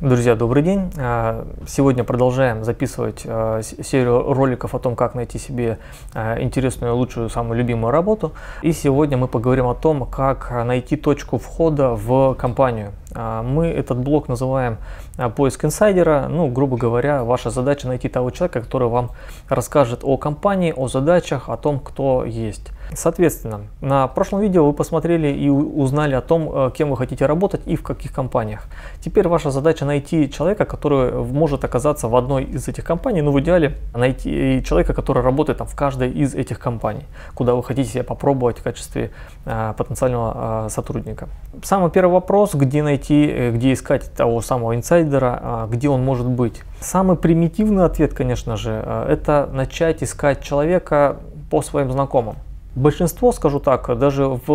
Друзья, добрый день! Сегодня продолжаем записывать серию роликов о том, как найти себе интересную, лучшую, самую любимую работу. И сегодня мы поговорим о том, как найти точку входа в компанию. Мы этот блог называем «Поиск инсайдера». Ну, грубо говоря, ваша задача найти того человека, который вам расскажет о компании, о задачах, о том, кто есть. Соответственно, на прошлом видео вы посмотрели и узнали о том, кем вы хотите работать и в каких компаниях. Теперь ваша задача найти человека, который может оказаться в одной из этих компаний, но в идеале найти человека, который работает в каждой из этих компаний, куда вы хотите себя попробовать в качестве потенциального сотрудника. Самый первый вопрос: где найти, где искать того самого инсайдера, где он может быть. Самый примитивный ответ, конечно же, это начать искать человека по своим знакомым. Большинство, скажу так, даже в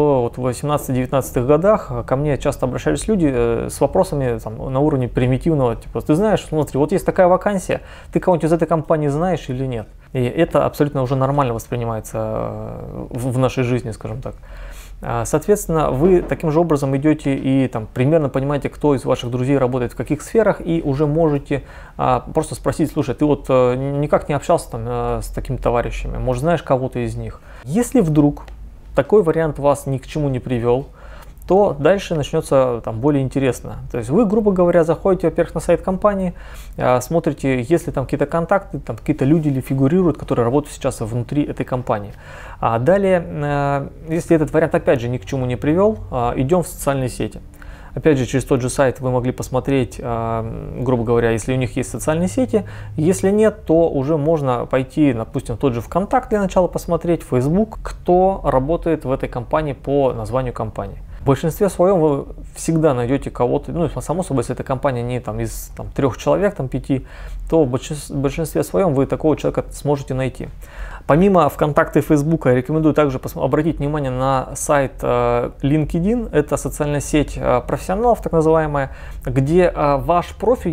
18-19 годах ко мне часто обращались люди с вопросами на уровне примитивного, типа: ты знаешь, смотри, вот есть такая вакансия, ты кого-нибудь из этой компании знаешь или нет? И это абсолютно уже нормально воспринимается в нашей жизни, скажем так. Соответственно, вы таким же образом идете и примерно понимаете, кто из ваших друзей работает в каких сферах, и уже можете просто спросить: слушай, ты вот никак не общался с такими товарищами, может, знаешь кого-то из них? Если вдруг такой вариант вас ни к чему не привел, то дальше начнется более интересно. То есть вы, грубо говоря, заходите, во-первых, на сайт компании, смотрите, есть ли там какие-то контакты, какие-то люди или фигурируют, которые работают сейчас внутри этой компании. А далее, если этот вариант опять же ни к чему не привел, идем в социальные сети. Опять же, через тот же сайт вы могли посмотреть, грубо говоря, если у них есть социальные сети. Если нет, то уже можно пойти, допустим, в тот же ВКонтакте для начала посмотреть, Facebook, кто работает в этой компании по названию компании. В большинстве своем вы всегда найдете кого-то, ну, само собой, если эта компания не из 3 человек, 5, то в большинстве своем вы такого человека сможете найти. Помимо ВКонтакта и Фейсбука, я рекомендую также обратить внимание на сайт LinkedIn. Это социальная сеть профессионалов, так называемая, где ваш профиль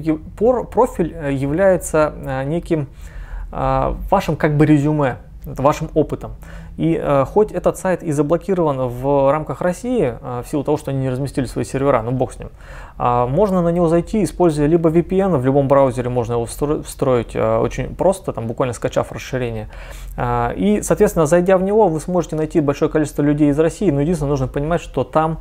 является неким вашим резюме, вашим опытом. И хоть этот сайт и заблокирован в рамках России, в силу того, что они не разместили свои сервера, ну бог с ним, можно на него зайти, используя либо VPN, в любом браузере можно его встроить очень просто, буквально скачав расширение. И, соответственно, зайдя в него, вы сможете найти большое количество людей из России, но единственное, нужно понимать, что там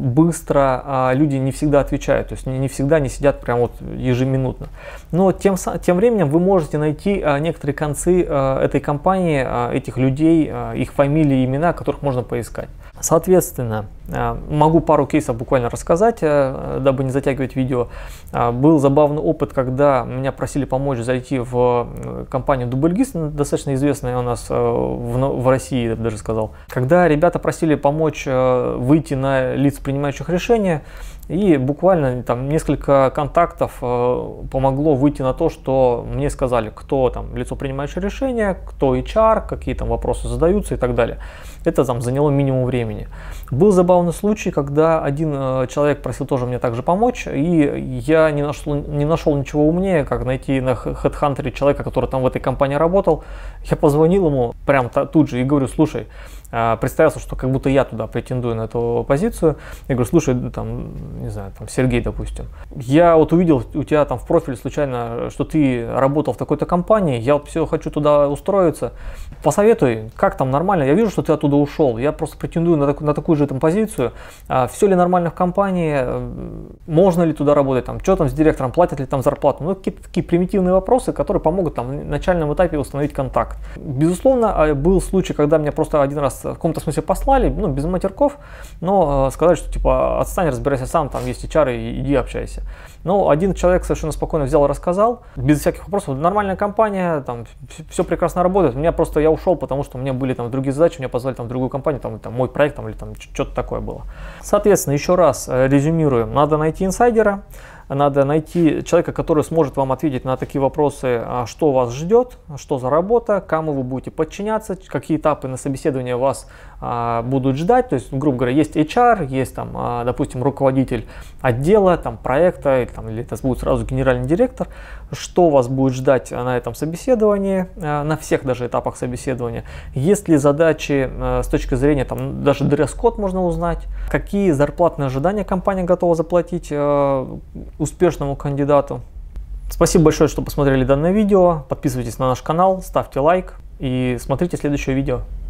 быстро люди не всегда отвечают, то есть не всегда не сидят прям ежеминутно. Но тем временем вы можете найти некоторые концы этой компании, этих людей, их фамилии, имена, которых можно поискать. Соответственно, могу пару кейсов буквально рассказать, дабы не затягивать видео. Был забавный опыт, когда меня просили помочь зайти в компанию Дубльгиз, достаточно известная у нас в России, я бы даже сказал. Когда ребята просили помочь выйти на лиц, принимающих решения, и буквально несколько контактов помогло выйти на то, что мне сказали, кто лицо, принимающее решение, кто HR, какие вопросы задаются и так далее. Это заняло минимум времени. Был забавный случай, когда один человек просил тоже мне также помочь, и я не нашел ничего умнее, как найти на HeadHunter человека, который в этой компании работал. Я позвонил ему прям тут же и говорю: слушай, представился, что как будто я туда претендую на эту позицию. Я говорю: слушай, не знаю, Сергей, допустим, я увидел у тебя в профиле случайно, что ты работал в такой-то компании, я все хочу туда устроиться. Посоветуй, как нормально, я вижу, что ты оттуда ушел, я просто претендую на такую же позицию. Все ли нормально в компании, можно ли туда работать, что с директором, платят ли зарплату. Ну, какие-то такие примитивные вопросы, которые помогут на начальном этапе установить контакт. Безусловно, был случай, когда меня просто один раз в каком-то смысле послали, без матерков, но сказали, что отстань, разбирайся сам, есть HR, и иди общайся. Но один человек совершенно спокойно взял и рассказал, без всяких вопросов: нормальная компания, все прекрасно работает. Я ушел, потому что у меня были другие задачи, меня позвали в другую компанию, мой проект или что-то такое было. Соответственно, еще раз резюмируем: надо найти инсайдера, надо найти человека, который сможет вам ответить на такие вопросы: что вас ждет, что за работа, кому вы будете подчиняться, какие этапы на собеседование вас будут ждать. То есть, грубо говоря, есть HR, есть там, допустим, руководитель отдела, там, проекта, или это будет сразу генеральный директор. Что вас будет ждать на этом собеседовании, на всех даже этапах собеседования? Есть ли задачи с точки зрения, там, даже дресс-код можно узнать? Какие зарплатные ожидания компания готова заплатить успешному кандидату? Спасибо большое, что посмотрели данное видео. Подписывайтесь на наш канал, ставьте лайк и смотрите следующее видео.